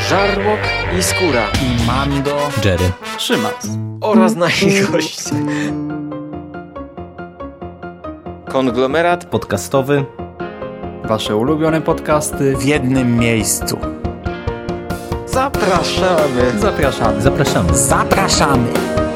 Żarłok i Skóra i Mando, Jerry, Szymas oraz nasi goście. Konglomerat podcastowy. Wasze ulubione podcasty w jednym miejscu. Zapraszamy. Zapraszamy. Zapraszamy. Zapraszamy.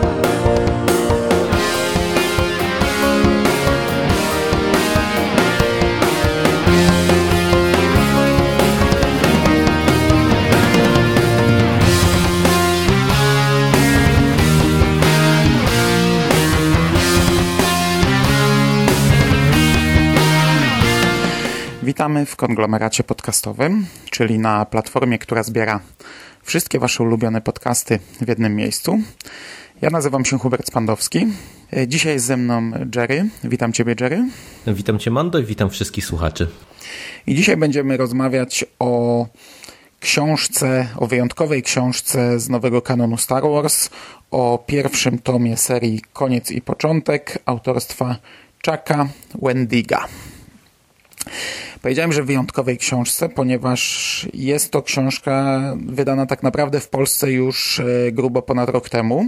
Witamy w konglomeracie podcastowym, czyli na platformie, która zbiera wszystkie wasze ulubione podcasty w jednym miejscu. Ja nazywam się Hubert Spandowski. Dzisiaj jest ze mną Jerry. Witam ciebie, Jerry. Witam cię, Mando, i witam wszystkich słuchaczy. I dzisiaj będziemy rozmawiać o książce, o wyjątkowej książce z nowego kanonu Star Wars, o pierwszym tomie serii Koniec i Początek autorstwa Chucka Wendiga. Powiedziałem, że w wyjątkowej książce, ponieważ jest to książka wydana tak naprawdę w Polsce już grubo ponad rok temu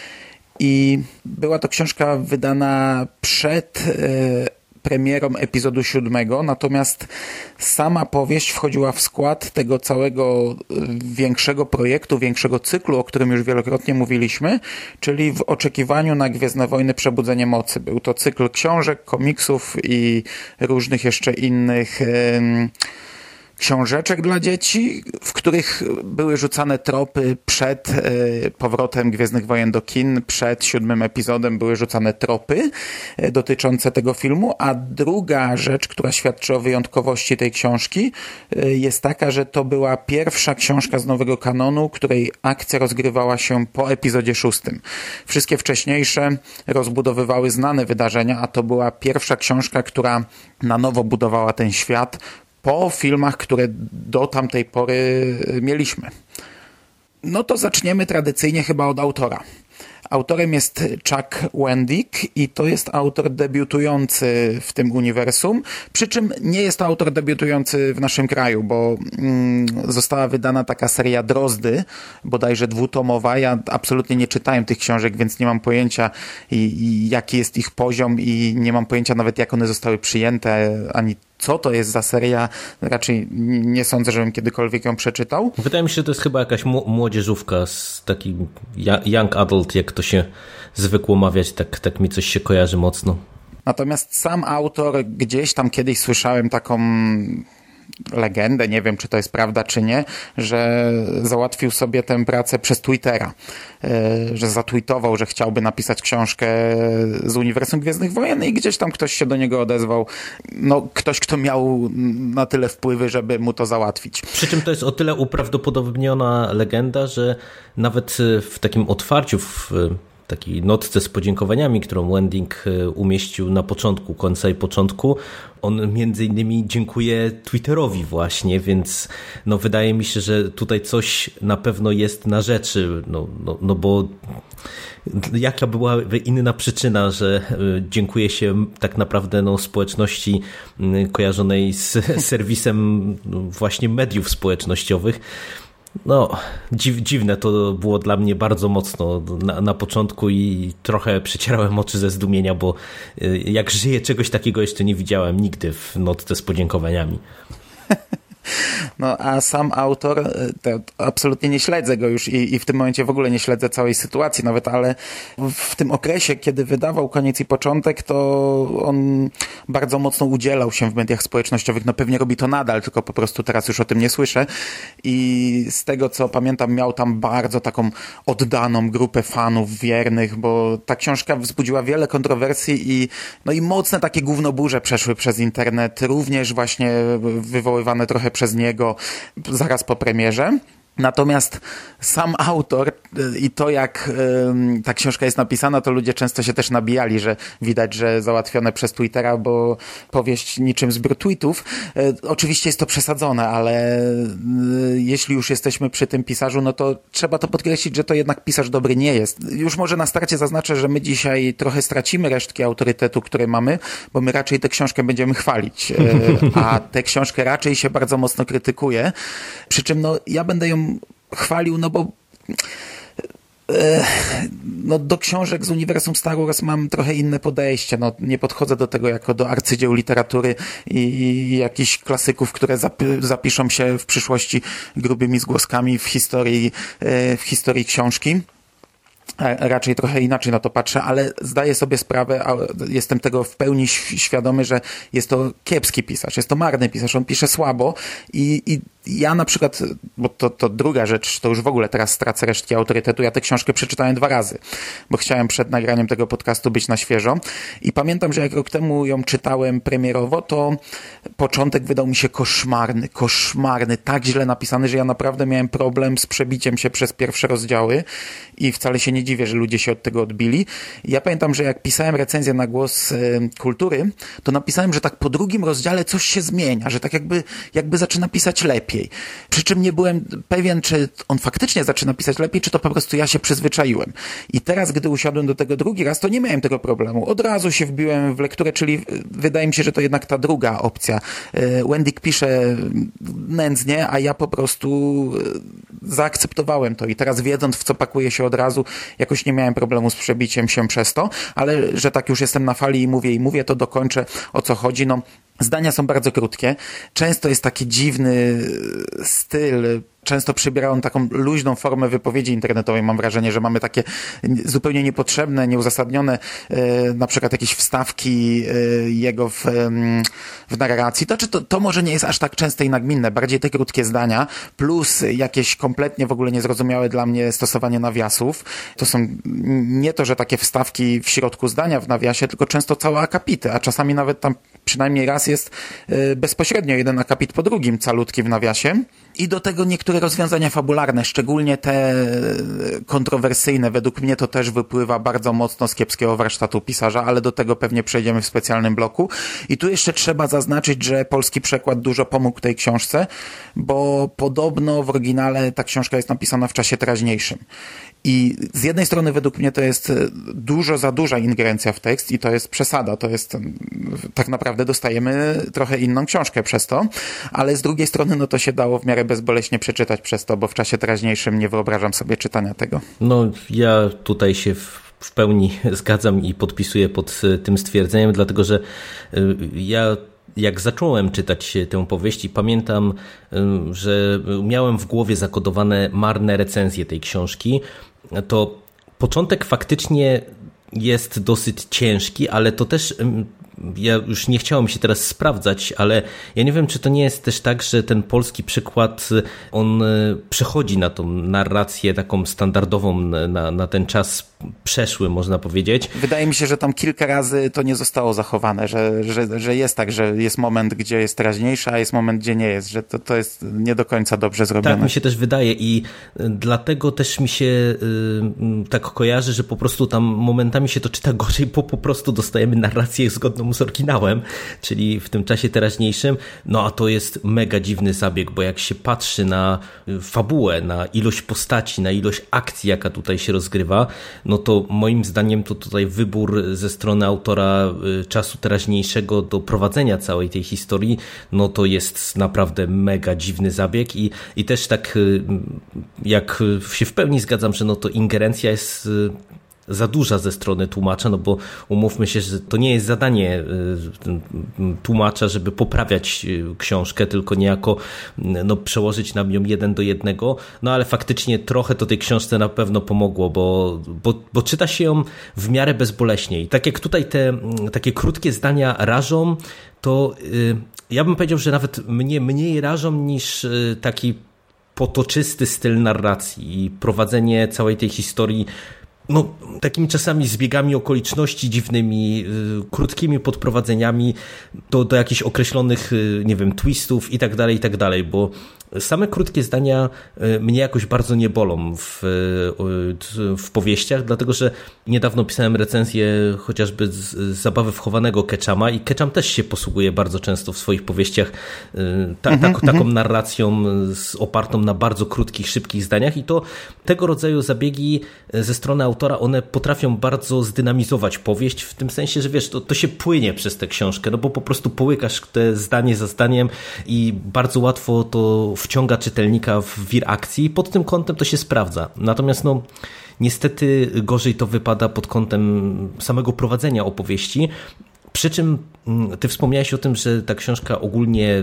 i była to książka wydana przed premierą epizodu 7, natomiast sama powieść wchodziła w skład tego całego większego projektu, większego cyklu, o którym już wielokrotnie mówiliśmy, czyli W oczekiwaniu na Gwiezdne Wojny Przebudzenie Mocy. Był to cykl książek, komiksów i różnych jeszcze innych książeczek dla dzieci, w których były rzucane tropy przed powrotem Gwiezdnych Wojen do kin, przed 7 epizodem były rzucane tropy dotyczące tego filmu, a druga rzecz, która świadczy o wyjątkowości tej książki, jest taka, że to była pierwsza książka z nowego kanonu, której akcja rozgrywała się po epizodzie 6. Wszystkie wcześniejsze rozbudowywały znane wydarzenia, a to była pierwsza książka, która na nowo budowała ten świat po filmach, które do tamtej pory mieliśmy. No to zaczniemy tradycyjnie chyba od autora. Autorem jest Chuck Wendig i to jest autor debiutujący w tym uniwersum, przy czym nie jest to autor debiutujący w naszym kraju, bo została wydana taka seria Drozdy, bodajże 2-tomowa. Ja absolutnie nie czytałem tych książek, więc nie mam pojęcia jaki jest ich poziom i nie mam pojęcia nawet jak one zostały przyjęte, ani co to jest za seria. Raczej nie sądzę, żebym kiedykolwiek ją przeczytał. Wydaje mi się, że to jest chyba jakaś młodzieżówka z taki young adult, jak to się zwykło mawiać, tak mi coś się kojarzy mocno. Natomiast sam autor, gdzieś tam kiedyś słyszałem taką legendę, nie wiem czy to jest prawda czy nie, że załatwił sobie tę pracę przez Twittera, że zatweetował, że chciałby napisać książkę z uniwersum Gwiezdnych Wojen i gdzieś tam ktoś się do niego odezwał. No ktoś, kto miał na tyle wpływy, żeby mu to załatwić. Przy czym to jest o tyle uprawdopodobniona legenda, że nawet w takim otwarciu, w takiej notce z podziękowaniami, którą Wendig umieścił na początku, końca i początku, on między innymi dziękuję Twitterowi właśnie, więc no wydaje mi się, że tutaj coś na pewno jest na rzeczy, no bo jaka byłaby inna przyczyna, że dziękuję się tak naprawdę społeczności kojarzonej z serwisem właśnie mediów społecznościowych. No, dziwne to było dla mnie bardzo mocno na początku i trochę przecierałem oczy ze zdumienia, bo jak żyję, czegoś takiego jeszcze nie widziałem nigdy w notce z podziękowaniami. No a sam autor, absolutnie nie śledzę go już i w tym momencie w ogóle nie śledzę całej sytuacji nawet, ale w tym okresie, kiedy wydawał Koniec i Początek, to on bardzo mocno udzielał się w mediach społecznościowych. No pewnie robi to nadal, tylko po prostu teraz już o tym nie słyszę. I z tego co pamiętam, miał tam bardzo taką oddaną grupę fanów wiernych, bo ta książka wzbudziła wiele kontrowersji i mocne takie gównoburze przeszły przez internet, również właśnie wywoływane trochę przez niego zaraz po premierze. Natomiast sam autor i to, jak ta książka jest napisana, to ludzie często się też nabijali, że widać, że załatwione przez Twittera, bo powieść niczym zbiór tweetów. Oczywiście jest to przesadzone, ale jeśli już jesteśmy przy tym pisarzu, no to trzeba to podkreślić, że to jednak pisarz dobry nie jest. Już może na starcie zaznaczę, że my dzisiaj trochę stracimy resztki autorytetu, które mamy, bo my raczej tę książkę będziemy chwalić, a tę książkę raczej się bardzo mocno krytykuje. Przy czym no, ja będę ją chwalił, no bo no do książek z uniwersum Star Wars mam trochę inne podejście. No, nie podchodzę do tego jako do arcydzieł literatury i jakichś klasyków, które zapiszą się w przyszłości grubymi zgłoskami w historii książki. Raczej trochę inaczej na to patrzę, ale zdaję sobie sprawę, a jestem tego w pełni świadomy, że jest to kiepski pisarz, jest to marny pisarz, on pisze słabo i ja na przykład, bo to druga rzecz, to już w ogóle teraz stracę resztki autorytetu, ja tę książkę przeczytałem 2 razy, bo chciałem przed nagraniem tego podcastu być na świeżo i pamiętam, że jak rok temu ją czytałem premierowo, to początek wydał mi się koszmarny, tak źle napisany, że ja naprawdę miałem problem z przebiciem się przez pierwsze rozdziały i wcale się nie dziwię, że ludzie się od tego odbili. Ja pamiętam, że jak pisałem recenzję na Głos Kultury, to napisałem, że tak po drugim rozdziale coś się zmienia, że tak jakby zaczyna pisać lepiej. Przy czym nie byłem pewien, czy on faktycznie zaczyna pisać lepiej, czy to po prostu ja się przyzwyczaiłem. I teraz, gdy usiadłem do tego drugi raz, to nie miałem tego problemu. Od razu się wbiłem w lekturę, czyli wydaje mi się, że to jednak ta druga opcja. Wendig pisze nędznie, a ja po prostu zaakceptowałem to i teraz wiedząc, w co pakuje się od razu, jakoś nie miałem problemu z przebiciem się przez to, ale że tak już jestem na fali i mówię, to dokończę, o co chodzi. No, zdania są bardzo krótkie. Często jest taki dziwny styl. Często przybiera on taką luźną formę wypowiedzi internetowej. Mam wrażenie, że mamy takie zupełnie niepotrzebne, nieuzasadnione na przykład jakieś wstawki jego w narracji. To może nie jest aż tak częste i nagminne. Bardziej te krótkie zdania plus jakieś kompletnie w ogóle niezrozumiałe dla mnie stosowanie nawiasów. To są nie to, że takie wstawki w środku zdania w nawiasie, tylko często całe akapity, a czasami nawet tam przynajmniej raz jest bezpośrednio jeden akapit po drugim calutki w nawiasie. I do tego niektóre rozwiązania fabularne, szczególnie te kontrowersyjne, według mnie to też wypływa bardzo mocno z kiepskiego warsztatu pisarza, ale do tego pewnie przejdziemy w specjalnym bloku. I tu jeszcze trzeba zaznaczyć, że polski przekład dużo pomógł tej książce, bo podobno w oryginale ta książka jest napisana w czasie teraźniejszym. I z jednej strony według mnie to jest dużo za duża ingerencja w tekst i to jest przesada, to jest tak naprawdę dostajemy trochę inną książkę przez to, ale z drugiej strony no to się dało w miarę bezboleśnie przeczytać przez to, bo w czasie teraźniejszym nie wyobrażam sobie czytania tego. No ja tutaj się w pełni zgadzam i podpisuję pod tym stwierdzeniem, dlatego że ja jak zacząłem czytać tę powieść i pamiętam, że miałem w głowie zakodowane marne recenzje tej książki, to początek faktycznie jest dosyć ciężki, ale to też ja już nie chciałem się teraz sprawdzać, ale ja nie wiem, czy to nie jest też tak, że ten polski przykład, on przechodzi na tą narrację taką standardową, na ten czas przeszły, można powiedzieć. Wydaje mi się, że tam kilka razy to nie zostało zachowane, że jest tak, że jest moment, gdzie jest teraźniejsza, a jest moment, gdzie nie jest, że to jest nie do końca dobrze zrobione. Tak mi się też wydaje i dlatego też mi się tak kojarzy, że po prostu tam momentami się to czyta gorzej, bo po prostu dostajemy narrację zgodną z oryginałem, czyli w tym czasie teraźniejszym. No a to jest mega dziwny zabieg, bo jak się patrzy na fabułę, na ilość postaci, na ilość akcji, jaka tutaj się rozgrywa, no to moim zdaniem to tutaj wybór ze strony autora czasu teraźniejszego do prowadzenia całej tej historii, no to jest naprawdę mega dziwny zabieg i też tak jak się w pełni zgadzam, że no to ingerencja jest za duża ze strony tłumacza, no bo umówmy się, że to nie jest zadanie tłumacza, żeby poprawiać książkę, tylko niejako no, przełożyć nam ją 1:1, no ale faktycznie trochę to tej książce na pewno pomogło, bo czyta się ją w miarę bezboleśnie i tak jak tutaj te takie krótkie zdania rażą, to ja bym powiedział, że nawet mnie mniej rażą niż taki potoczysty styl narracji i prowadzenie całej tej historii no, takimi czasami zbiegami okoliczności dziwnymi, krótkimi podprowadzeniami do jakichś określonych, nie wiem, twistów i tak dalej, bo same krótkie zdania mnie jakoś bardzo nie bolą w powieściach, dlatego że niedawno pisałem recenzję chociażby z Zabawy wchowanego Ketchama i Ketcham też się posługuje bardzo często w swoich powieściach taką narracją opartą na bardzo krótkich, szybkich zdaniach i to tego rodzaju zabiegi ze strony autora, one potrafią bardzo zdynamizować powieść w tym sensie, że wiesz, to się płynie przez tę książkę, no bo po prostu połykasz te zdanie za zdaniem i bardzo łatwo to wciąga czytelnika w wir akcji i pod tym kątem to się sprawdza. Natomiast no niestety gorzej to wypada pod kątem samego prowadzenia opowieści. Przy czym ty wspomniałeś o tym, że ta książka ogólnie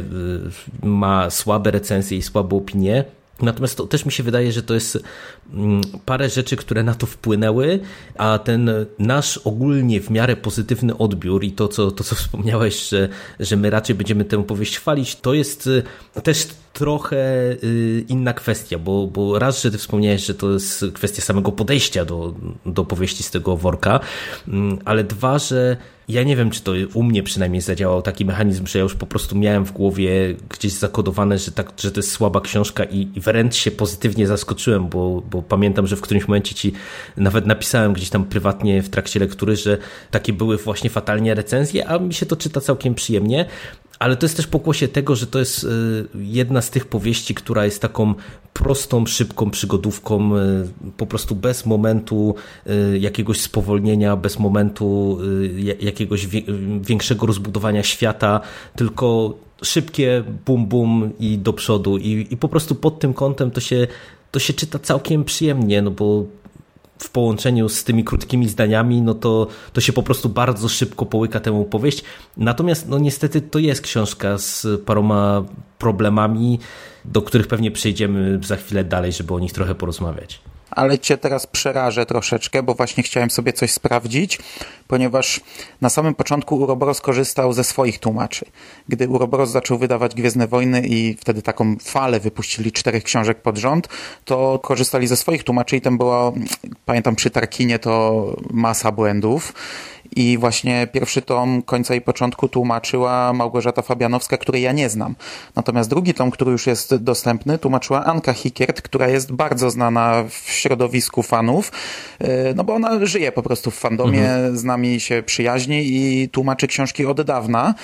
ma słabe recenzje i słabe opinie. Natomiast to też mi się wydaje, że to jest parę rzeczy, które na to wpłynęły, a ten nasz ogólnie w miarę pozytywny odbiór i to, co wspomniałeś, że my raczej będziemy tę powieść chwalić, to jest też trochę inna kwestia, bo raz, że ty wspomniałeś, że to jest kwestia samego podejścia do powieści z tego worka, ale dwa, że ja nie wiem, czy to u mnie przynajmniej zadziałał taki mechanizm, że ja już po prostu miałem w głowie gdzieś zakodowane, że to jest słaba książka i wręcz się pozytywnie zaskoczyłem, bo pamiętam, że w którymś momencie ci nawet napisałem gdzieś tam prywatnie w trakcie lektury, że takie były właśnie fatalnie recenzje, a mi się to czyta całkiem przyjemnie. Ale to jest też pokłosie tego, że to jest jedna z tych powieści, która jest taką prostą, szybką przygodówką, po prostu bez momentu jakiegoś spowolnienia, bez momentu jakiegoś większego rozbudowania świata, tylko szybkie bum bum i do przodu i po prostu pod tym kątem to się czyta całkiem przyjemnie, no bo w połączeniu z tymi krótkimi zdaniami, no to się po prostu bardzo szybko połyka tę opowieść. Natomiast no niestety to jest książka z paroma problemami, do których pewnie przejdziemy za chwilę dalej, żeby o nich trochę porozmawiać. Ale cię teraz przerażę troszeczkę, bo właśnie chciałem sobie coś sprawdzić, ponieważ na samym początku Uroboros korzystał ze swoich tłumaczy. Gdy Uroboros zaczął wydawać Gwiezdne Wojny i wtedy taką falę wypuścili 4 książek pod rząd, to korzystali ze swoich tłumaczy i tam była, pamiętam przy Tarkinie, to masa błędów. I właśnie pierwszy tom końca i początku tłumaczyła Małgorzata Fabianowska, której ja nie znam. Natomiast drugi tom, który już jest dostępny, tłumaczyła Anka Hikiert, która jest bardzo znana w środowisku fanów, no bo ona żyje po prostu w fandomie, z nami się przyjaźni i tłumaczy książki od dawna.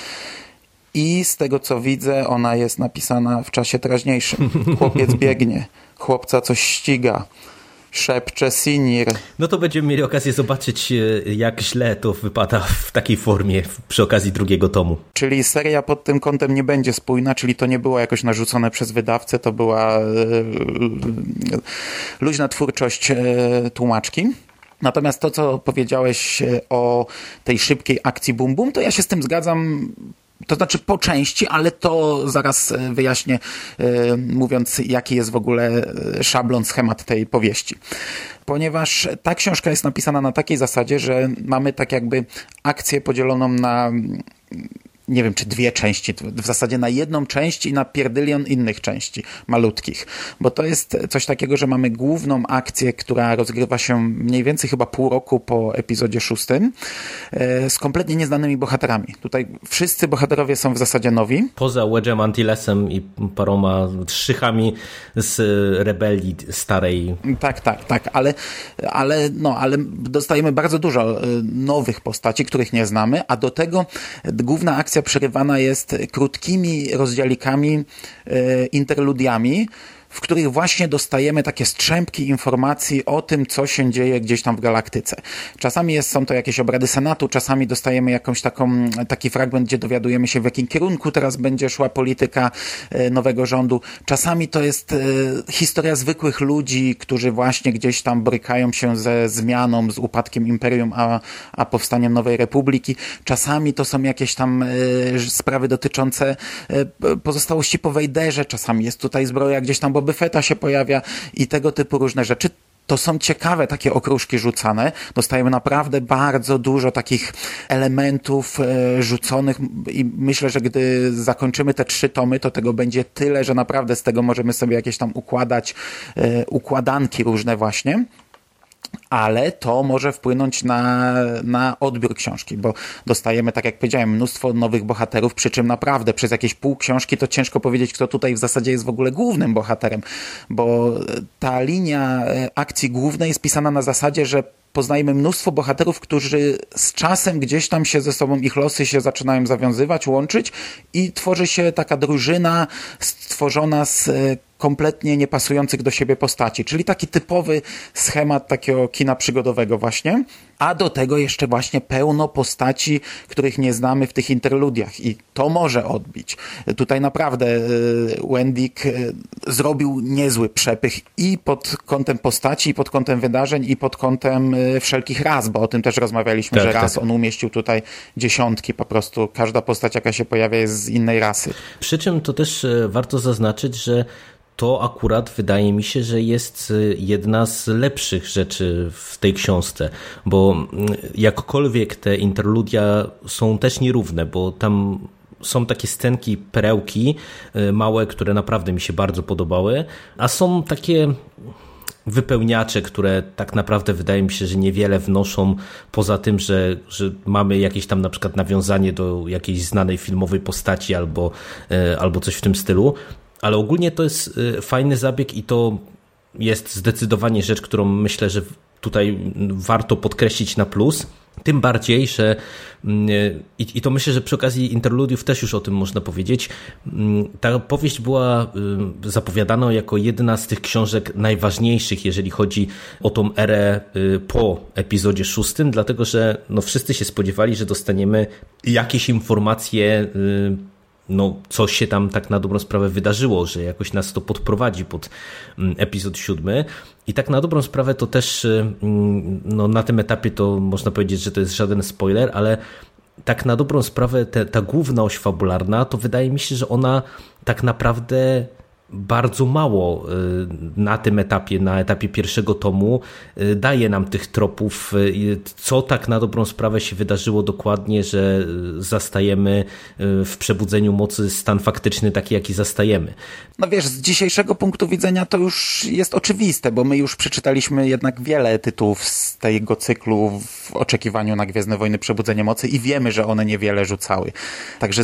I z tego co widzę, ona jest napisana w czasie teraźniejszym. Chłopiec biegnie, chłopca coś ściga. Szepcze Sinir. No to będziemy mieli okazję zobaczyć, jak źle to wypada w takiej formie przy okazji drugiego tomu. Czyli seria pod tym kątem nie będzie spójna, czyli to nie było jakoś narzucone przez wydawcę, to była luźna twórczość tłumaczki. Natomiast to, co powiedziałeś o tej szybkiej akcji bum bum, to ja się z tym zgadzam. To znaczy po części, ale to zaraz wyjaśnię, mówiąc, jaki jest w ogóle szablon, schemat tej powieści. Ponieważ ta książka jest napisana na takiej zasadzie, że mamy tak jakby akcję podzieloną na, nie wiem, czy 2 części, w zasadzie na jedną część i na pierdylion innych części, malutkich. Bo to jest coś takiego, że mamy główną akcję, która rozgrywa się mniej więcej chyba pół roku po epizodzie 6, z kompletnie nieznanymi bohaterami. Tutaj wszyscy bohaterowie są w zasadzie nowi. Poza Wedge'em Antilesem i paroma szychami z rebelii starej. Tak, ale dostajemy bardzo dużo nowych postaci, których nie znamy, a do tego główna akcja przerywana jest krótkimi rozdziałikami, interludiami, w których właśnie dostajemy takie strzępki informacji o tym, co się dzieje gdzieś tam w galaktyce. Czasami są to jakieś obrady Senatu, czasami dostajemy jakąś taki fragment, gdzie dowiadujemy się, w jakim kierunku teraz będzie szła polityka nowego rządu. Czasami to jest historia zwykłych ludzi, którzy właśnie gdzieś tam borykają się ze zmianą, z upadkiem imperium, a powstaniem Nowej Republiki. Czasami to są jakieś tam sprawy dotyczące pozostałości po Wejderze. Czasami jest tutaj zbroja gdzieś tam Boba Fetta się pojawia i tego typu różne rzeczy. To są ciekawe takie okruszki rzucane. Dostajemy naprawdę bardzo dużo takich elementów rzuconych i myślę, że gdy zakończymy te 3 tomy, to tego będzie tyle, że naprawdę z tego możemy sobie jakieś tam układać układanki różne właśnie. Ale to może wpłynąć na odbiór książki, bo dostajemy, tak jak powiedziałem, mnóstwo nowych bohaterów, przy czym naprawdę przez jakieś pół książki to ciężko powiedzieć, kto tutaj w zasadzie jest w ogóle głównym bohaterem, bo ta linia akcji głównej jest pisana na zasadzie, że poznajemy mnóstwo bohaterów, którzy z czasem gdzieś tam się ze sobą, ich losy się zaczynają zawiązywać, łączyć i tworzy się taka drużyna stworzona z kompletnie niepasujących do siebie postaci, czyli taki typowy schemat takiego kina przygodowego właśnie. a do tego jeszcze właśnie pełno postaci, których nie znamy w tych interludiach i to może odbić. Tutaj naprawdę Wendig zrobił niezły przepych i pod kątem postaci, i pod kątem wydarzeń, i pod kątem wszelkich ras, bo o tym też rozmawialiśmy, że ras on umieścił tutaj dziesiątki, po prostu każda postać, jaka się pojawia, jest z innej rasy. Przy czym to też warto zaznaczyć, że to akurat wydaje mi się, że jest jedna z lepszych rzeczy w tej książce, bo jakkolwiek te interludia są też nierówne, bo tam są takie scenki, perełki małe, które naprawdę mi się bardzo podobały, a są takie wypełniacze, które tak naprawdę wydaje mi się, że niewiele wnoszą poza tym, że mamy jakieś tam na przykład nawiązanie do jakiejś znanej filmowej postaci albo coś w tym stylu. Ale ogólnie to jest fajny zabieg i to jest zdecydowanie rzecz, którą myślę, że tutaj warto podkreślić na plus. Tym bardziej, że i to myślę, że przy okazji interludiów też już o tym można powiedzieć, ta powieść była zapowiadana jako jedna z tych książek najważniejszych, jeżeli chodzi o tą erę po epizodzie 6, dlatego że no wszyscy się spodziewali, że dostaniemy jakieś informacje, no coś się tam tak na dobrą sprawę wydarzyło, że jakoś nas to podprowadzi pod epizod 7 i tak na dobrą sprawę to też no na tym etapie to można powiedzieć, że to jest żaden spoiler, ale tak na dobrą sprawę ta główna oś fabularna, to wydaje mi się, że ona tak naprawdę bardzo mało na tym etapie, na etapie pierwszego tomu daje nam tych tropów, co tak na dobrą sprawę się wydarzyło dokładnie, że zastajemy w przebudzeniu mocy stan faktyczny taki, jaki zastajemy. No wiesz, z dzisiejszego punktu widzenia to już jest oczywiste, bo my już przeczytaliśmy jednak wiele tytułów z tego cyklu w oczekiwaniu na Gwiezdne Wojny Przebudzenie Mocy i wiemy, że one niewiele rzucały. Także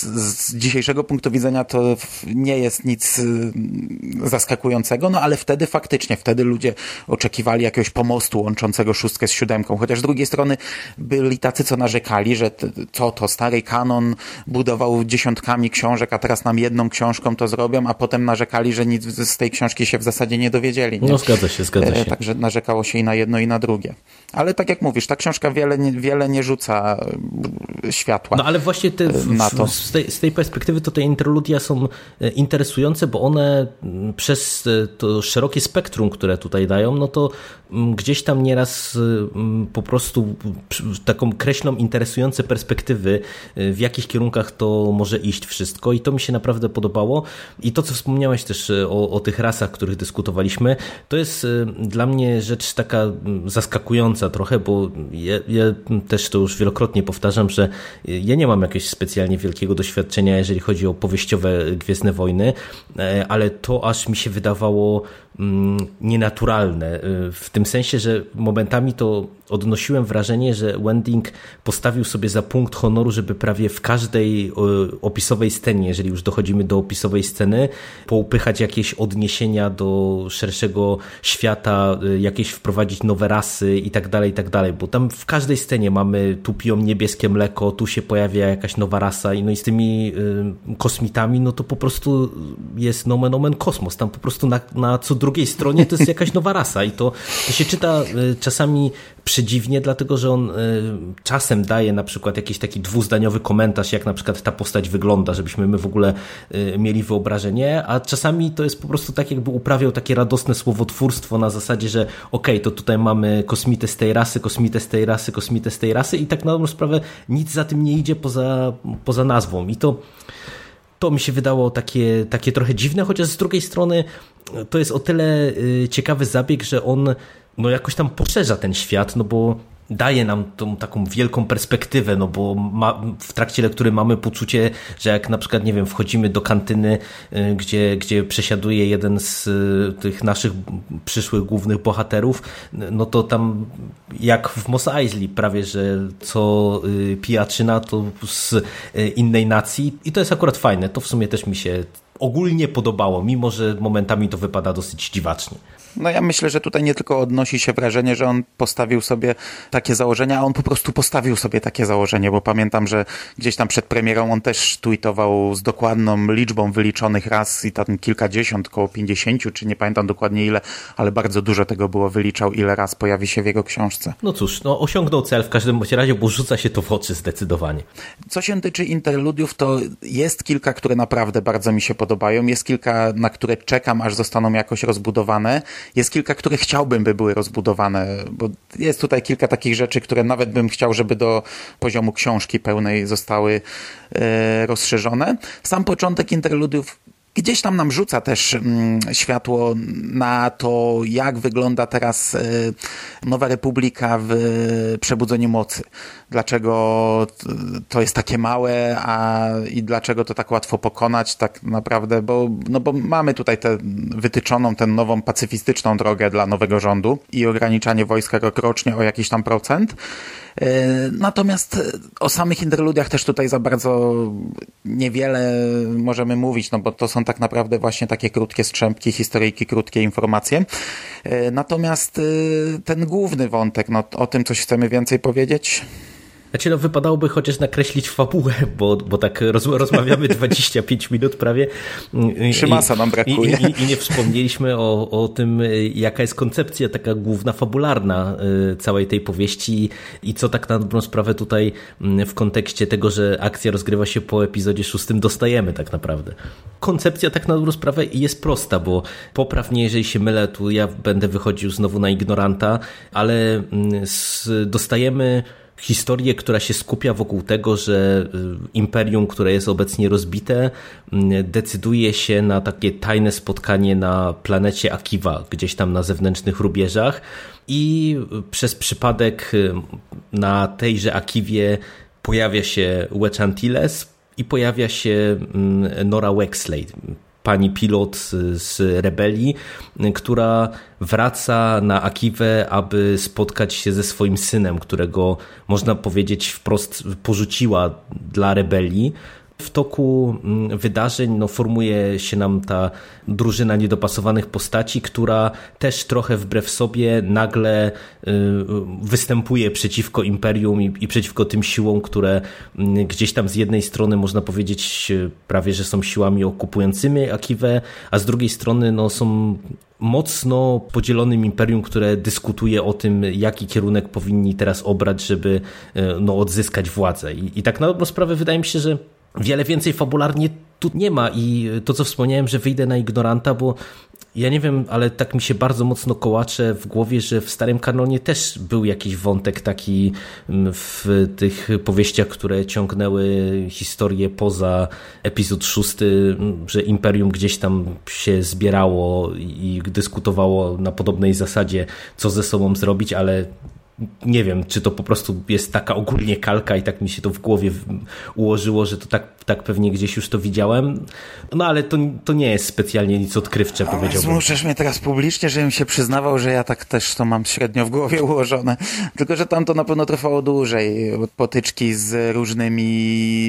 z dzisiejszego punktu widzenia to nie jest nic zaskakującego, no ale wtedy ludzie oczekiwali jakiegoś pomostu łączącego 6 z 7, chociaż z drugiej strony byli tacy, co narzekali, że to stary kanon budował dziesiątkami książek, a teraz nam jedną książką to zrobią, a potem narzekali, że nic z tej książki się w zasadzie nie dowiedzieli. Nie? No zgadza się. Także narzekało się i na jedno, i na drugie. Ale tak jak mówisz, ta książka wiele nie rzuca światła. No ale właśnie na to. Z tej perspektywy to te interludia są interesujące, bo one przez to szerokie spektrum, które tutaj dają, no to gdzieś tam nieraz po prostu taką kreślą interesujące perspektywy, w jakich kierunkach to może iść wszystko i to mi się naprawdę podobało. I to, co wspomniałeś też o tych rasach, których dyskutowaliśmy, to jest dla mnie rzecz taka zaskakująca trochę, bo ja też to już wielokrotnie powtarzam, że ja nie mam jakiegoś specjalnie wielkiego doświadczenia, jeżeli chodzi o powieściowe Gwiezdne Wojny, ale to aż mi się wydawało nienaturalne. W tym sensie, że momentami to odnosiłem wrażenie, że Wending postawił sobie za punkt honoru, żeby prawie w każdej opisowej scenie, jeżeli już dochodzimy do opisowej sceny, poupychać jakieś odniesienia do szerszego świata, jakieś wprowadzić nowe rasy i tak dalej, bo tam w każdej scenie mamy, tu piją niebieskie mleko, tu się pojawia jakaś nowa rasa i no i z tymi kosmitami, no to po prostu jest nomen omen kosmos, tam po prostu na co drugiej stronie to jest jakaś nowa rasa i to się czyta czasami przedziwnie, dlatego że on czasem daje na przykład jakiś taki dwuzdaniowy komentarz, jak na przykład ta postać wygląda, żebyśmy my w ogóle mieli wyobrażenie, a czasami to jest po prostu tak, jakby uprawiał takie radosne słowotwórstwo na zasadzie, że okej, to tutaj mamy kosmitę z tej rasy, kosmitę z tej rasy, kosmitę z tej rasy i tak na dobrą sprawę nic za tym nie idzie poza nazwą i to mi się wydało takie trochę dziwne, chociaż z drugiej strony to jest o tyle ciekawy zabieg, że on no jakoś tam poszerza ten świat, no bo daje nam tą taką wielką perspektywę, no bo w trakcie lektury mamy poczucie, że jak na przykład, nie wiem, wchodzimy do kantyny, gdzie przesiaduje jeden z tych naszych przyszłych głównych bohaterów, no to tam jak w Mos Eisley prawie, że co pijaczyna to z innej nacji i to jest akurat fajne, to w sumie też mi się ogólnie podobało, mimo że momentami to wypada dosyć dziwacznie. No ja myślę, że tutaj nie tylko odnosi się wrażenie, że on postawił sobie takie założenia, a on po prostu postawił sobie takie założenie, bo pamiętam, że gdzieś tam przed premierą on też tweetował z dokładną liczbą wyliczonych raz i tam kilkadziesiąt, około 50, czy nie pamiętam dokładnie ile, ale bardzo dużo tego było, wyliczał, ile raz pojawi się w jego książce. No cóż, osiągnął cel w każdym razie, bo rzuca się to w oczy zdecydowanie. Co się tyczy interludiów, to jest kilka, które naprawdę bardzo mi się podobają, jest kilka, na które czekam, aż zostaną jakoś rozbudowane. Jest kilka, które chciałbym, by były rozbudowane, bo jest tutaj kilka takich rzeczy, które nawet bym chciał, żeby do poziomu książki pełnej zostały rozszerzone. Sam początek interludiów gdzieś tam nam rzuca też światło na to, jak wygląda teraz Nowa Republika w Przebudzeniu Mocy. Dlaczego to jest takie małe, i dlaczego to tak łatwo pokonać tak naprawdę, bo mamy tutaj tę wytyczoną, tę nową pacyfistyczną drogę dla nowego rządu i ograniczanie wojska rokrocznie o jakiś tam procent. Natomiast o samych interludiach też tutaj za bardzo niewiele możemy mówić, no bo to są tak naprawdę właśnie takie krótkie strzępki, historyjki, krótkie informacje. Natomiast ten główny wątek, no o tym coś chcemy więcej powiedzieć? Znaczy, wypadałoby chociaż nakreślić fabułę, bo tak rozmawiamy 25 minut prawie. Szymasa nam brakuje. I nie wspomnieliśmy o tym, jaka jest koncepcja taka główna, fabularna całej tej powieści i co tak na dobrą sprawę tutaj w kontekście tego, że akcja rozgrywa się po epizodzie 6 dostajemy tak naprawdę. Koncepcja tak na dobrą sprawę jest prosta, bo poprawnie, jeżeli się mylę, tu ja będę wychodził znowu na ignoranta, ale dostajemy historię, która się skupia wokół tego, że imperium, które jest obecnie rozbite, decyduje się na takie tajne spotkanie na planecie Akiva, gdzieś tam na zewnętrznych rubieżach i przez przypadek na tejże Akiwie pojawia się Wedge Antilles i pojawia się Nora Wexley, pani pilot z rebelii, która wraca na Akiwę, aby spotkać się ze swoim synem, którego można powiedzieć wprost porzuciła dla rebelii. W toku wydarzeń formuje się nam ta drużyna niedopasowanych postaci, która też trochę wbrew sobie nagle występuje przeciwko Imperium i przeciwko tym siłom, które gdzieś tam z jednej strony można powiedzieć prawie, że są siłami okupującymi Akiwę, a z drugiej strony są mocno podzielonym imperium, które dyskutuje o tym, jaki kierunek powinni teraz obrać, żeby odzyskać władzę. I tak na dobrą sprawę wydaje mi się, że wiele więcej fabularnie tu nie ma i to, co wspomniałem, że wyjdę na ignoranta, bo ja nie wiem, ale tak mi się bardzo mocno kołacze w głowie, że w starym kanonie też był jakiś wątek taki w tych powieściach, które ciągnęły historię poza epizod 6, że Imperium gdzieś tam się zbierało i dyskutowało na podobnej zasadzie, co ze sobą zrobić, ale nie wiem, czy to po prostu jest taka ogólnie kalka i tak mi się to w głowie ułożyło, że to tak pewnie gdzieś już to widziałem. No ale to nie jest specjalnie nic odkrywcze, powiedziałbym. Zmuszasz mnie teraz publicznie, żebym się przyznawał, że ja tak też to mam średnio w głowie ułożone. Tylko że tam to na pewno trwało dłużej. Potyczki z różnymi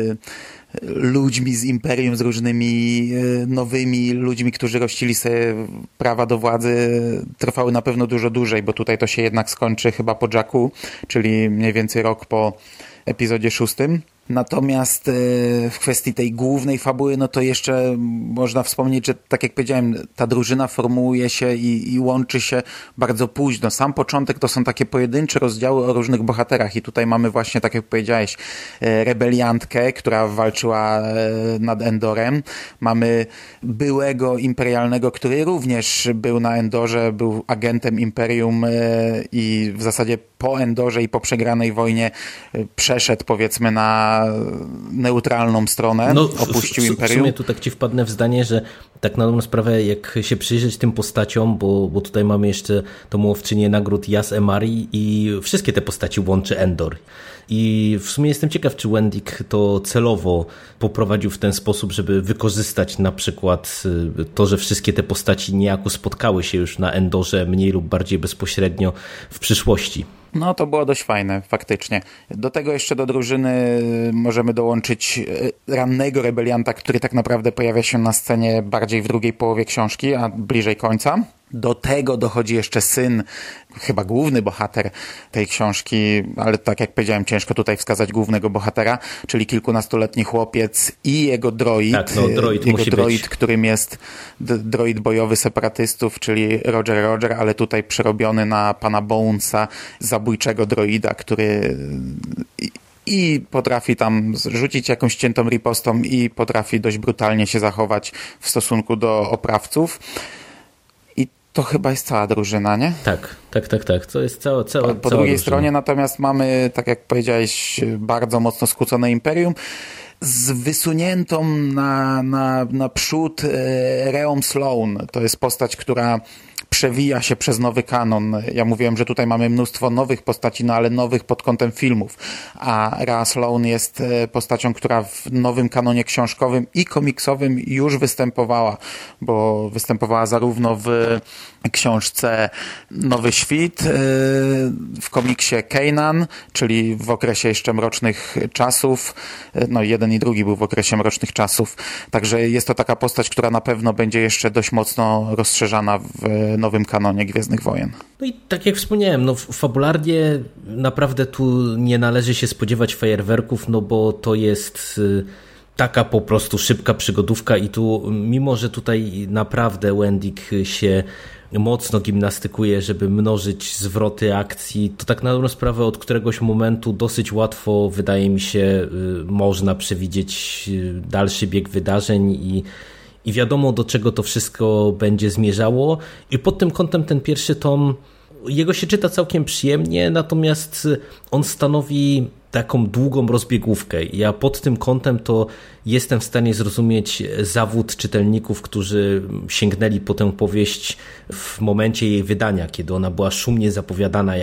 ludźmi z Imperium, z różnymi nowymi ludźmi, którzy rościli sobie prawa do władzy, trwały na pewno dużo dłużej, bo tutaj to się jednak skończy chyba po Jacku, czyli mniej więcej rok po epizodzie 6. Natomiast w kwestii tej głównej fabuły, no to jeszcze można wspomnieć, że tak jak powiedziałem, ta drużyna formułuje się i łączy się bardzo późno. Sam początek to są takie pojedyncze rozdziały o różnych bohaterach i tutaj mamy właśnie, tak jak powiedziałeś, rebeliantkę, która walczyła nad Endorem. Mamy byłego imperialnego, który również był na Endorze, był agentem Imperium i w zasadzie po Endorze i po przegranej wojnie przeszedł, powiedzmy, na neutralną stronę, opuścił Imperium. W sumie tu tak ci wpadnę w zdanie, że tak na dobrą sprawę, jak się przyjrzeć tym postaciom, bo tutaj mamy jeszcze tą łowczynię nagród Yas Emari i wszystkie te postaci łączy Endor. I w sumie jestem ciekaw, czy Wendick to celowo poprowadził w ten sposób, żeby wykorzystać na przykład to, że wszystkie te postaci niejako spotkały się już na Endorze mniej lub bardziej bezpośrednio w przyszłości. No to było dość fajne, faktycznie. Do tego jeszcze do drużyny możemy dołączyć rannego rebelianta, który tak naprawdę pojawia się na scenie bardziej w drugiej połowie książki, a bliżej końca. Do tego dochodzi jeszcze syn, chyba główny bohater tej książki, ale tak jak powiedziałem, ciężko tutaj wskazać głównego bohatera, czyli kilkunastoletni chłopiec i jego droid. Tak, no, droid jego musi droid, być. Którym jest droid bojowy separatystów, czyli Roger, ale tutaj przerobiony na pana Bonesa, zabójczego droida, który i potrafi tam rzucić jakąś ciętą ripostą i potrafi dość brutalnie się zachować w stosunku do oprawców. To chyba jest cała drużyna, nie? Tak. To jest cała Po drugiej drużyna. stronie natomiast mamy, tak jak powiedziałeś, bardzo mocno skłócone imperium z wysuniętą na przód Reą Sloane. To jest postać, która przewija się przez nowy kanon. Ja mówiłem, że tutaj mamy mnóstwo nowych postaci, no ale nowych pod kątem filmów. A Rea Sloane jest postacią, która w nowym kanonie książkowym i komiksowym już występowała, bo występowała zarówno w książce Nowy Świt, w komiksie Kanan, czyli w okresie jeszcze Mrocznych Czasów. No jeden i drugi był w okresie Mrocznych Czasów. Także jest to taka postać, która na pewno będzie jeszcze dość mocno rozszerzana w nowym kanonie Gwiezdnych Wojen. No i tak jak wspomniałem, no fabularnie naprawdę tu nie należy się spodziewać fajerwerków, no bo to jest taka po prostu szybka przygodówka i tu, mimo że tutaj naprawdę Wendig się mocno gimnastykuje, żeby mnożyć zwroty akcji, to tak na dobrą sprawę od któregoś momentu dosyć łatwo, wydaje mi się, można przewidzieć dalszy bieg wydarzeń i wiadomo, do czego to wszystko będzie zmierzało. I pod tym kątem ten pierwszy tom, jego się czyta całkiem przyjemnie, natomiast on stanowi taką długą rozbiegówkę. Ja pod tym kątem to jestem w stanie zrozumieć zawód czytelników, którzy sięgnęli po tę powieść w momencie jej wydania, kiedy ona była szumnie zapowiadana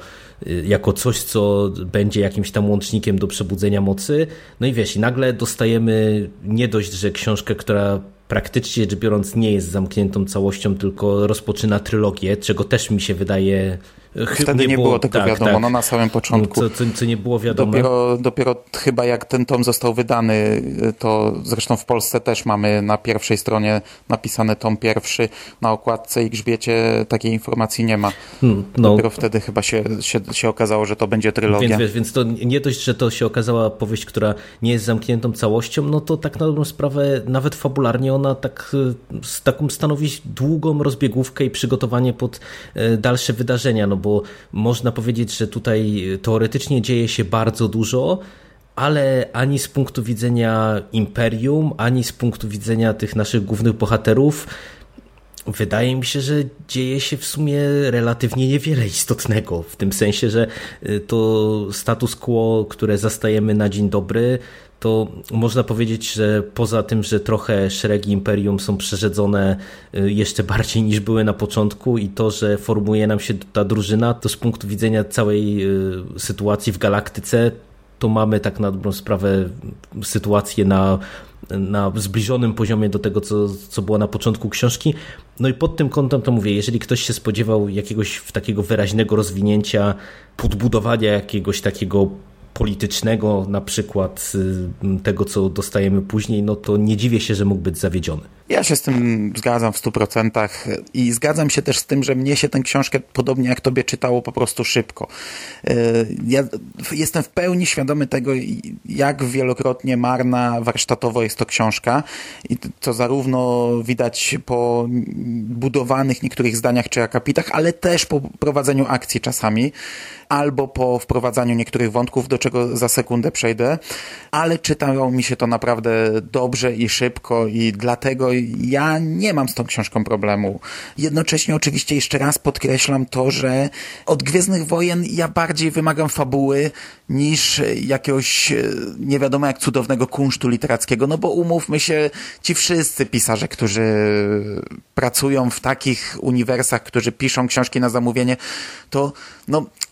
jako coś, co będzie jakimś tam łącznikiem do przebudzenia mocy. No i wiesz, i nagle dostajemy nie dość, że książkę, która praktycznie rzecz biorąc nie jest zamkniętą całością, tylko rozpoczyna trylogię, czego też mi się wydaje... Wtedy nie było tego wiadomo, no na samym początku. Co nie było wiadomo. Dopiero chyba jak ten tom został wydany, to zresztą w Polsce też mamy na pierwszej stronie napisany tom pierwszy, na okładce i grzbiecie takiej informacji nie ma. Dopiero wtedy chyba się okazało, że to będzie trylogia. Więc to nie dość, że to się okazała powieść, która nie jest zamkniętą całością, no to tak na dobrą sprawę nawet fabularnie ona taką stanowi długą rozbiegówkę i przygotowanie pod dalsze wydarzenia, no bo można powiedzieć, że tutaj teoretycznie dzieje się bardzo dużo, ale ani z punktu widzenia Imperium, ani z punktu widzenia tych naszych głównych bohaterów wydaje mi się, że dzieje się w sumie relatywnie niewiele istotnego, w tym sensie, że to status quo, które zastajemy na dzień dobry, to można powiedzieć, że poza tym, że trochę szeregi Imperium są przerzedzone jeszcze bardziej niż były na początku i to, że formuje nam się ta drużyna, to z punktu widzenia całej sytuacji w galaktyce, to mamy tak na dobrą sprawę sytuację na zbliżonym poziomie do tego, co było na początku książki. No i pod tym kątem to mówię, jeżeli ktoś się spodziewał jakiegoś takiego wyraźnego rozwinięcia, podbudowania jakiegoś takiego politycznego, na przykład tego, co dostajemy później, no to nie dziwię się, że mógł być zawiedziony. Ja się z tym zgadzam w 100% i zgadzam się też z tym, że mnie się tę książkę, podobnie jak tobie, czytało po prostu szybko. Ja jestem w pełni świadomy tego, jak wielokrotnie marna warsztatowo jest to książka i to zarówno widać po budowanych niektórych zdaniach czy akapitach, ale też po prowadzeniu akcji czasami, albo po wprowadzaniu niektórych wątków, do czego za sekundę przejdę, ale czytało mi się to naprawdę dobrze i szybko i dlatego ja nie mam z tą książką problemu. Jednocześnie oczywiście jeszcze raz podkreślam to, że od Gwiezdnych Wojen ja bardziej wymagam fabuły niż jakiegoś nie wiadomo jak cudownego kunsztu literackiego, no bo umówmy się, ci wszyscy pisarze, którzy pracują w takich uniwersach, którzy piszą książki na zamówienie, to no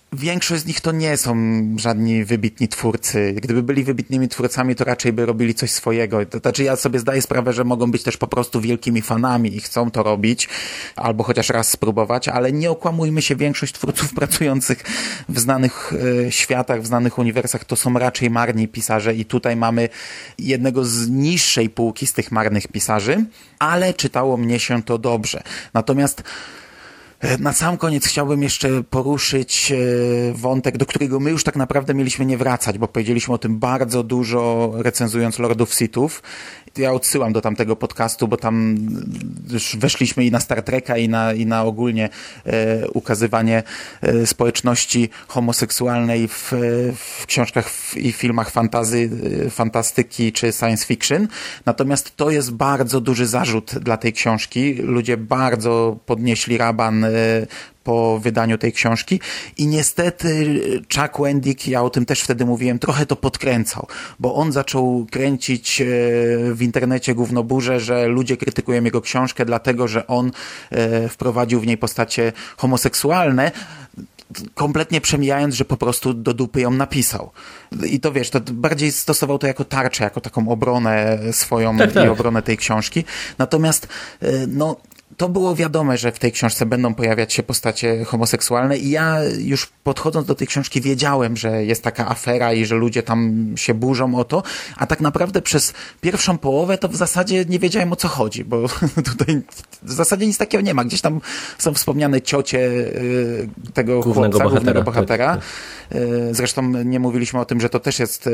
większość z nich to nie są żadni wybitni twórcy. Gdyby byli wybitnymi twórcami, to raczej by robili coś swojego. To znaczy ja sobie zdaję sprawę, że mogą być też po prostu wielkimi fanami i chcą to robić, albo chociaż raz spróbować, ale nie okłamujmy się, większość twórców pracujących w znanych światach, w znanych uniwersach to są raczej marni pisarze i tutaj mamy jednego z niższej półki z tych marnych pisarzy, ale czytało mnie się to dobrze. Natomiast na sam koniec chciałbym jeszcze poruszyć wątek, do którego my już tak naprawdę mieliśmy nie wracać, bo powiedzieliśmy o tym bardzo dużo, recenzując Lordów Sithów. Ja odsyłam do tamtego podcastu, bo tam już weszliśmy i na Star Treka, i na ogólnie ukazywanie społeczności homoseksualnej w książkach i filmach fantastyki czy science fiction. Natomiast to jest bardzo duży zarzut dla tej książki. Ludzie bardzo podnieśli raban po wydaniu tej książki i niestety Chuck Wendig, ja o tym też wtedy mówiłem, trochę to podkręcał, bo on zaczął kręcić w internecie gównoburzę, że ludzie krytykują jego książkę dlatego, że on wprowadził w niej postacie homoseksualne, kompletnie przemijając, że po prostu do dupy ją napisał. I to wiesz, to bardziej stosował to jako tarczę, jako taką obronę swoją i obronę tej książki. Natomiast no to było wiadome, że w tej książce będą pojawiać się postacie homoseksualne i ja już podchodząc do tej książki wiedziałem, że jest taka afera i że ludzie tam się burzą o to, a tak naprawdę przez pierwszą połowę to w zasadzie nie wiedziałem, o co chodzi, bo tutaj w zasadzie nic takiego nie ma. Gdzieś tam są wspomniane ciocie tego głównego bohatera. Tak. Zresztą nie mówiliśmy o tym, że to też jest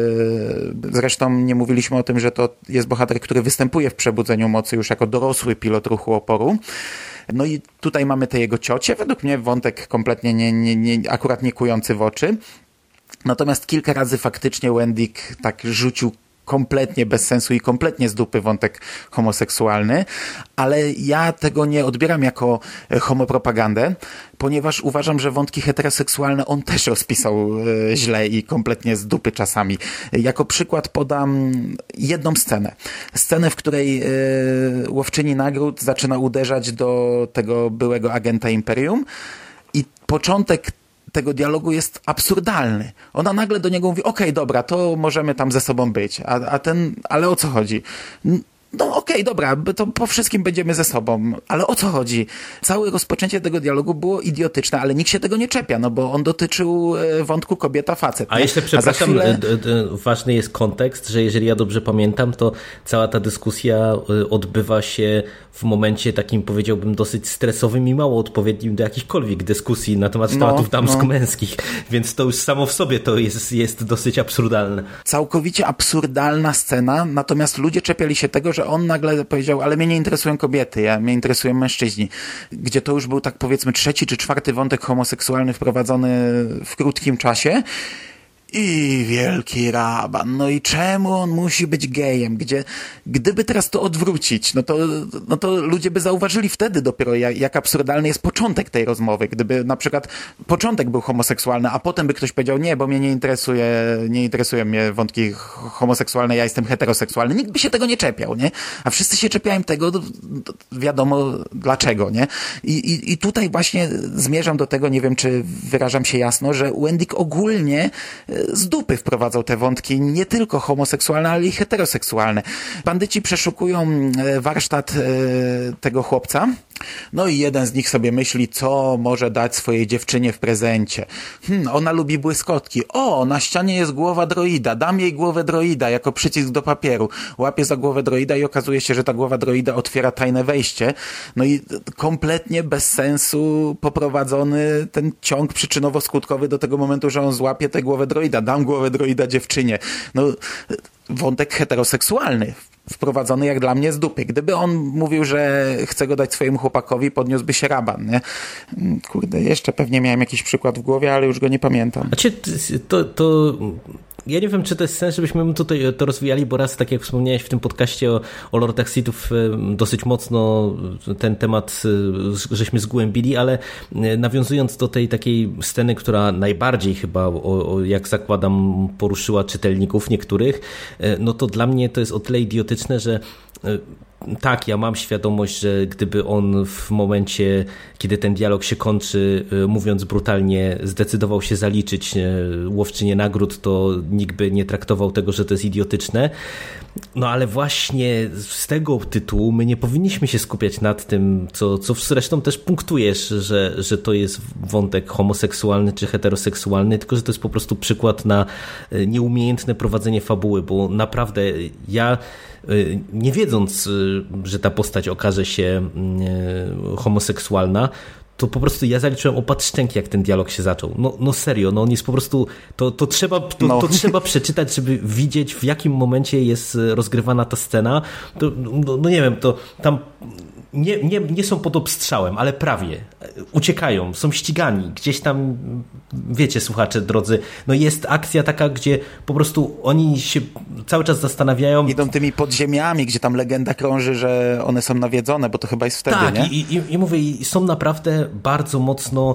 bohater, który występuje w Przebudzeniu Mocy już jako dorosły pilot ruchu oporu. No i tutaj mamy te jego ciocie. Według mnie wątek kompletnie akurat nie kujący w oczy. Natomiast kilka razy faktycznie Wendig tak rzucił kompletnie bez sensu i kompletnie z dupy wątek homoseksualny, ale ja tego nie odbieram jako homopropagandę, ponieważ uważam, że wątki heteroseksualne on też rozpisał źle i kompletnie z dupy czasami. Jako przykład podam jedną scenę. Scenę, w której łowczyni nagród zaczyna uderzać do tego byłego agenta Imperium i początek tego dialogu jest absurdalny. Ona nagle do niego mówi, okej, dobra, to możemy tam ze sobą być. Ale o co chodzi? No okej, dobra, to po wszystkim będziemy ze sobą, ale o co chodzi? Całe rozpoczęcie tego dialogu było idiotyczne, ale nikt się tego nie czepia, no bo on dotyczył wątku kobieta-facet. A jeszcze, przepraszam, ważny jest kontekst, że jeżeli ja dobrze pamiętam, to cała ta dyskusja odbywa się w momencie takim, powiedziałbym, dosyć stresowym i mało odpowiednim do jakichkolwiek dyskusji na temat tematów damsko-męskich, więc to już samo w sobie to jest dosyć absurdalne. Całkowicie absurdalna scena, natomiast ludzie czepiali się tego, że on nagle powiedział, ale mnie nie interesują kobiety, mnie interesują mężczyźni. Gdzie to już był tak powiedzmy 3. czy 4. wątek homoseksualny wprowadzony w krótkim czasie. I wielki raban. No i czemu on musi być gejem? Gdyby teraz to odwrócić, no to ludzie by zauważyli wtedy dopiero, jak absurdalny jest początek tej rozmowy. Gdyby na przykład początek był homoseksualny, a potem by ktoś powiedział, nie, bo mnie nie interesują mnie wątki homoseksualne, ja jestem heteroseksualny. Nikt by się tego nie czepiał, nie? A wszyscy się czepiają tego, wiadomo dlaczego, nie? I tutaj właśnie zmierzam do tego, nie wiem, czy wyrażam się jasno, że Wendig ogólnie z dupy wprowadzał te wątki, nie tylko homoseksualne, ale i heteroseksualne. Bandyci przeszukują warsztat tego chłopca, no i jeden z nich sobie myśli, co może dać swojej dziewczynie w prezencie. Ona lubi błyskotki. O, na ścianie jest głowa droida. Dam jej głowę droida jako przycisk do papieru. Łapie za głowę droida i okazuje się, że ta głowa droida otwiera tajne wejście. No i kompletnie bez sensu poprowadzony ten ciąg przyczynowo-skutkowy do tego momentu, że on złapie tę głowę droida. Dam głowę droida dziewczynie. No, wątek heteroseksualny. Wprowadzony jak dla mnie z dupy. Gdyby on mówił, że chce go dać swojemu chłopakowi, podniósłby się raban, nie? Kurde, jeszcze pewnie miałem jakiś przykład w głowie, ale już go nie pamiętam. Ja nie wiem, czy to jest sens, żebyśmy tutaj to rozwijali, bo raz, tak jak wspomniałeś w tym podcaście o Lordach Sithów, dosyć mocno ten temat żeśmy zgłębili, ale nawiązując do tej takiej sceny, która najbardziej chyba, jak zakładam, poruszyła czytelników niektórych, no to dla mnie to jest o tyle idiotyczne, że tak, ja mam świadomość, że gdyby on w momencie, kiedy ten dialog się kończy, mówiąc brutalnie, zdecydował się zaliczyć łowczynię nagród, to nikt by nie traktował tego, że to jest idiotyczne. No ale właśnie z tego tytułu my nie powinniśmy się skupiać nad tym, co zresztą też punktujesz, że to jest wątek homoseksualny czy heteroseksualny, tylko że to jest po prostu przykład na nieumiejętne prowadzenie fabuły, bo naprawdę ja, nie wiedząc, że ta postać okaże się homoseksualna, to po prostu ja zaliczyłem opad szczęki, jak ten dialog się zaczął. No serio, no on jest po prostu, to trzeba przeczytać, żeby widzieć, w jakim momencie jest rozgrywana ta scena. No nie wiem, to tam nie są pod obstrzałem, ale prawie. Uciekają, są ścigani. Gdzieś tam, wiecie, słuchacze drodzy, no jest akcja taka, gdzie po prostu oni się cały czas zastanawiają. Idą tymi podziemiami, gdzie tam legenda krąży, że one są nawiedzone, bo to chyba jest wtedy, tak, nie? I mówię, są naprawdę bardzo mocno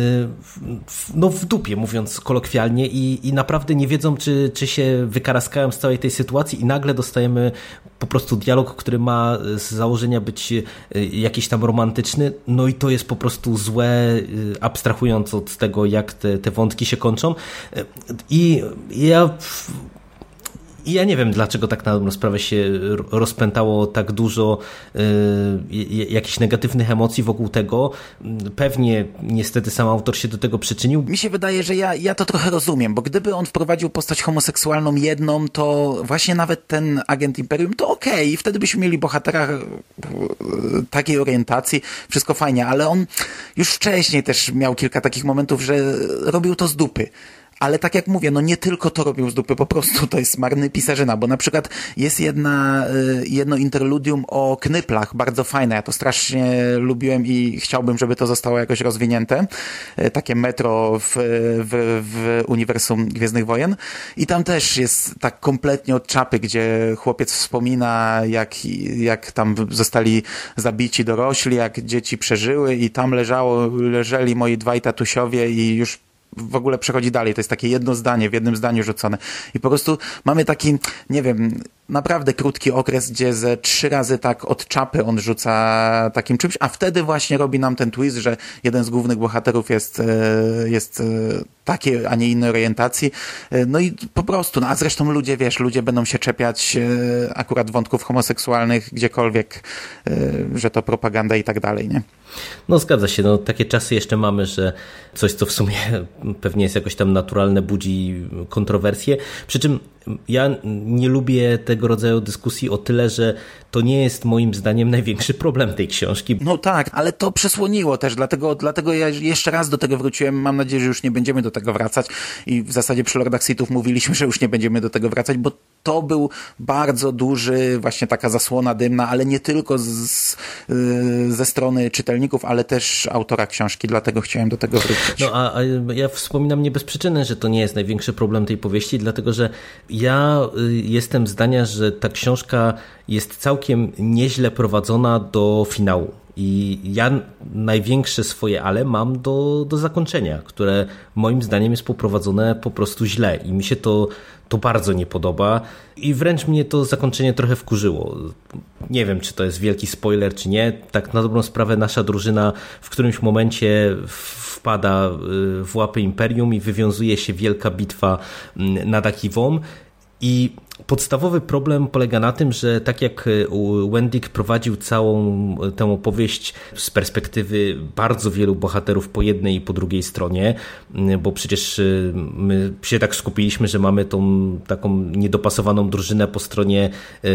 w dupie, mówiąc kolokwialnie, i naprawdę nie wiedzą, czy się wykaraskają z całej tej sytuacji, i nagle dostajemy po prostu dialog, który ma z założenia być jakiś tam romantyczny, no i to jest po prostu złe, abstrahując od tego, jak te wątki się kończą. I ja nie wiem, dlaczego tak na dobrą sprawę się rozpętało tak dużo jakichś negatywnych emocji wokół tego. Pewnie niestety sam autor się do tego przyczynił. Mi się wydaje, że ja to trochę rozumiem, bo gdyby on wprowadził postać homoseksualną jedną, to właśnie nawet ten agent Imperium, to okej, i wtedy byśmy mieli bohatera takiej orientacji, wszystko fajnie, ale on już wcześniej też miał kilka takich momentów, że robił to z dupy. Ale tak jak mówię, no nie tylko to robił z dupy, po prostu to jest marny pisarzyna, bo na przykład jest jedno interludium o knyplach, bardzo fajne, ja to strasznie lubiłem i chciałbym, żeby to zostało jakoś rozwinięte, takie metro w uniwersum Gwiezdnych Wojen, i tam też jest tak kompletnie od czapy, gdzie chłopiec wspomina, jak tam zostali zabici dorośli, jak dzieci przeżyły, i tam leżeli moi dwaj tatusiowie, i już w ogóle przechodzi dalej. To jest takie jedno zdanie, w jednym zdaniu rzucone. I po prostu mamy taki, nie wiem, naprawdę krótki okres, gdzie ze 3 razy tak od czapy on rzuca takim czymś, a wtedy właśnie robi nam ten twist, że jeden z głównych bohaterów jest takiej, a nie innej orientacji. No i po prostu, no a zresztą ludzie będą się czepiać akurat wątków homoseksualnych gdziekolwiek, że to propaganda i tak dalej, nie? No zgadza się, no takie czasy jeszcze mamy, że coś, co w sumie pewnie jest jakoś tam naturalne, budzi kontrowersje. Przy czym ja nie lubię tego rodzaju dyskusji o tyle, że to nie jest moim zdaniem największy problem tej książki. No tak, ale to przesłoniło też, dlatego ja jeszcze raz do tego wróciłem. Mam nadzieję, że już nie będziemy do tego wracać, i w zasadzie przy Lordach Sithów mówiliśmy, że już nie będziemy do tego wracać, bo to był bardzo duży, właśnie taka zasłona dymna, ale nie tylko ze strony czytelników, ale też autora książki, dlatego chciałem do tego wrócić. No a ja wspominam nie bez przyczyny, że to nie jest największy problem tej powieści, dlatego że ja jestem zdania, że ta książka jest całkiem nieźle prowadzona do finału. I ja największe swoje ale mam do zakończenia, które moim zdaniem jest poprowadzone po prostu źle i mi się to bardzo nie podoba i wręcz mnie to zakończenie trochę wkurzyło. Nie wiem, czy to jest wielki spoiler, czy nie. Tak na dobrą sprawę nasza drużyna w którymś momencie wpada w łapy Imperium i wywiązuje się wielka bitwa nad Akiwą. I podstawowy problem polega na tym, że tak jak Wendig prowadził całą tę opowieść z perspektywy bardzo wielu bohaterów po jednej i po drugiej stronie, bo przecież my się tak skupiliśmy, że mamy tą taką niedopasowaną drużynę po stronie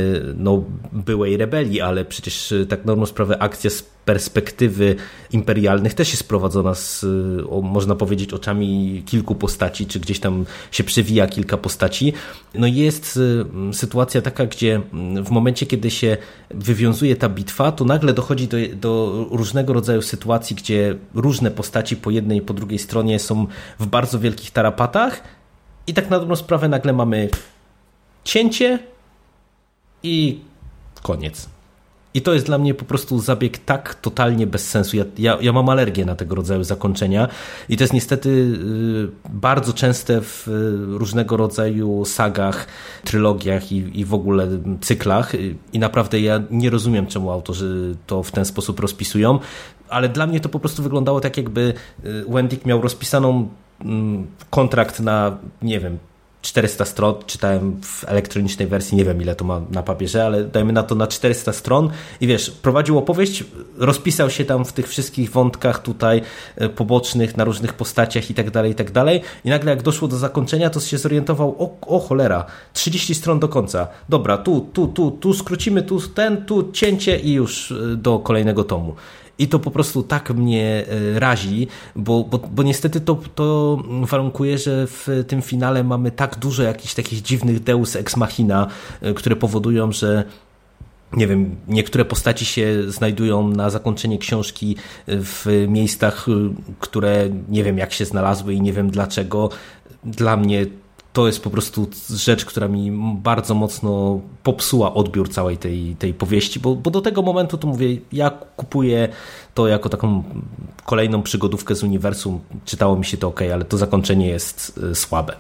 byłej rebelii, ale przecież tak na dobrą sprawę akcja z perspektywy imperialnych też jest prowadzona można powiedzieć, oczami kilku postaci, czy gdzieś tam się przewija kilka postaci. No i jest sytuacja taka, gdzie w momencie, kiedy się wywiązuje ta bitwa, to nagle dochodzi do różnego rodzaju sytuacji, gdzie różne postaci po jednej i po drugiej stronie są w bardzo wielkich tarapatach i tak na dobrą sprawę nagle mamy cięcie i koniec. I to jest dla mnie po prostu zabieg tak totalnie bez sensu. Ja mam alergię na tego rodzaju zakończenia i to jest niestety bardzo częste w różnego rodzaju sagach, trylogiach i w ogóle cyklach i naprawdę ja nie rozumiem, czemu autorzy to w ten sposób rozpisują, ale dla mnie to po prostu wyglądało tak, jakby Wendig miał rozpisaną kontrakt na, nie wiem, 400 stron, czytałem w elektronicznej wersji, nie wiem ile to ma na papierze, ale dajmy na to na 400 stron i wiesz, prowadził opowieść, rozpisał się tam w tych wszystkich wątkach tutaj pobocznych, na różnych postaciach i tak dalej i nagle jak doszło do zakończenia, to się zorientował, o cholera, 30 stron do końca, dobra, tu skrócimy, tu cięcie i już do kolejnego tomu. I to po prostu tak mnie razi, bo niestety to warunkuje, że w tym finale mamy tak dużo jakichś takich dziwnych deus ex machina, które powodują, że nie wiem, niektóre postaci się znajdują na zakończenie książki w miejscach, które nie wiem jak się znalazły i nie wiem dlaczego. Dla mnie to jest po prostu rzecz, która mi bardzo mocno popsuła odbiór całej tej powieści, bo do tego momentu to mówię, ja kupuję to jako taką kolejną przygodówkę z uniwersum, czytało mi się to okej, ale to zakończenie jest słabe.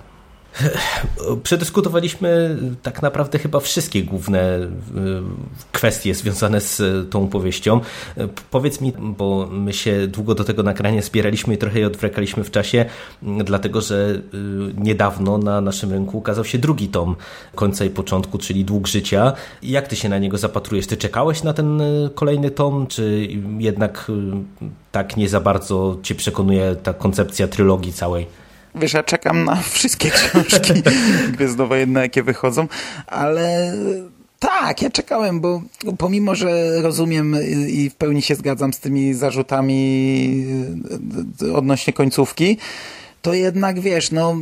Przedyskutowaliśmy tak naprawdę chyba wszystkie główne kwestie związane z tą powieścią. Powiedz mi, bo my się długo do tego nagrania zbieraliśmy i trochę je odwlekaliśmy w czasie, dlatego że niedawno na naszym rynku ukazał się drugi tom Końca i Początku, czyli Dług Życia. Jak ty się na niego zapatrujesz? Ty czekałeś na ten kolejny tom, czy jednak tak nie za bardzo cię przekonuje ta koncepcja trylogii całej? Wiesz, ja czekam na wszystkie książki gwiezdnowojenne, jakie wychodzą, ale tak, ja czekałem, bo pomimo, że rozumiem i w pełni się zgadzam z tymi zarzutami odnośnie końcówki, to jednak, wiesz, no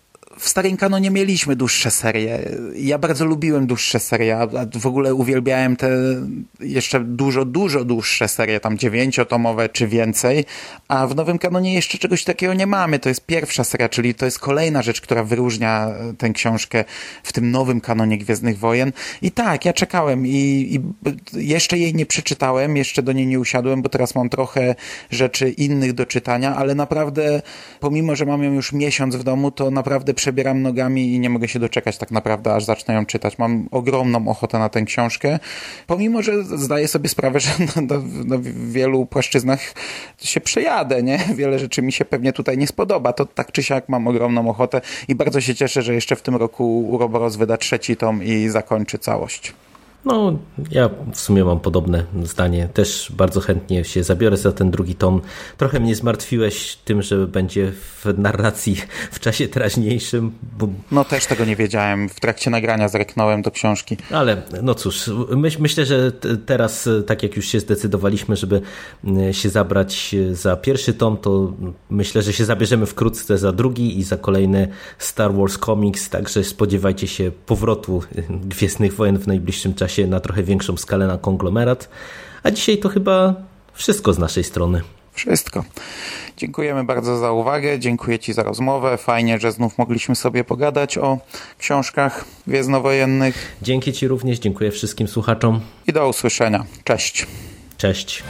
w starym kanonie mieliśmy dłuższe serie. Ja bardzo lubiłem dłuższe serie, a w ogóle uwielbiałem te jeszcze dużo dłuższe serie, tam 9-tomowe czy więcej, a w nowym kanonie jeszcze czegoś takiego nie mamy. To jest pierwsza seria, czyli to jest kolejna rzecz, która wyróżnia tę książkę w tym nowym kanonie Gwiezdnych Wojen. I tak, ja czekałem i jeszcze jej nie przeczytałem, jeszcze do niej nie usiadłem, bo teraz mam trochę rzeczy innych do czytania, ale naprawdę, pomimo, że mam ją już miesiąc w domu, to naprawdę przebieram nogami i nie mogę się doczekać tak naprawdę, aż zacznę ją czytać. Mam ogromną ochotę na tę książkę, pomimo, że zdaję sobie sprawę, że na wielu płaszczyznach się przejadę, nie? Wiele rzeczy mi się pewnie tutaj nie spodoba. To tak czy siak mam ogromną ochotę i bardzo się cieszę, że jeszcze w tym roku Uroboros wyda 3. tom i zakończy całość. No, ja w sumie mam podobne zdanie. Też bardzo chętnie się zabiorę za ten drugi tom. Trochę mnie zmartwiłeś tym, że będzie w narracji w czasie teraźniejszym. Bo... No też tego nie wiedziałem. W trakcie nagrania zerknąłem do książki. Ale no cóż, myślę, że teraz, tak jak już się zdecydowaliśmy, żeby się zabrać za pierwszy tom, to myślę, że się zabierzemy wkrótce za drugi i za kolejny Star Wars Comics, także spodziewajcie się powrotu Gwiezdnych Wojen w najbliższym czasie na trochę większą skalę na konglomerat. A dzisiaj to chyba wszystko z naszej strony. Wszystko. Dziękujemy bardzo za uwagę, dziękuję Ci za rozmowę. Fajnie, że znów mogliśmy sobie pogadać o książkach gwiezdnowojennych. Dzięki Ci również, dziękuję wszystkim słuchaczom. I do usłyszenia. Cześć. Cześć.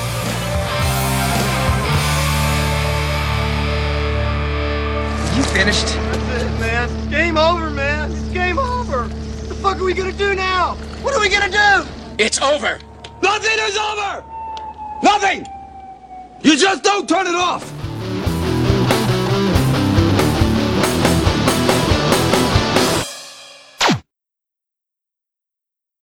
You finished? That's it, man. Game over, man. It's game over. What the fuck are we gonna do now? What are we gonna do? It's over. Nothing is over. Nothing. You just don't turn it off.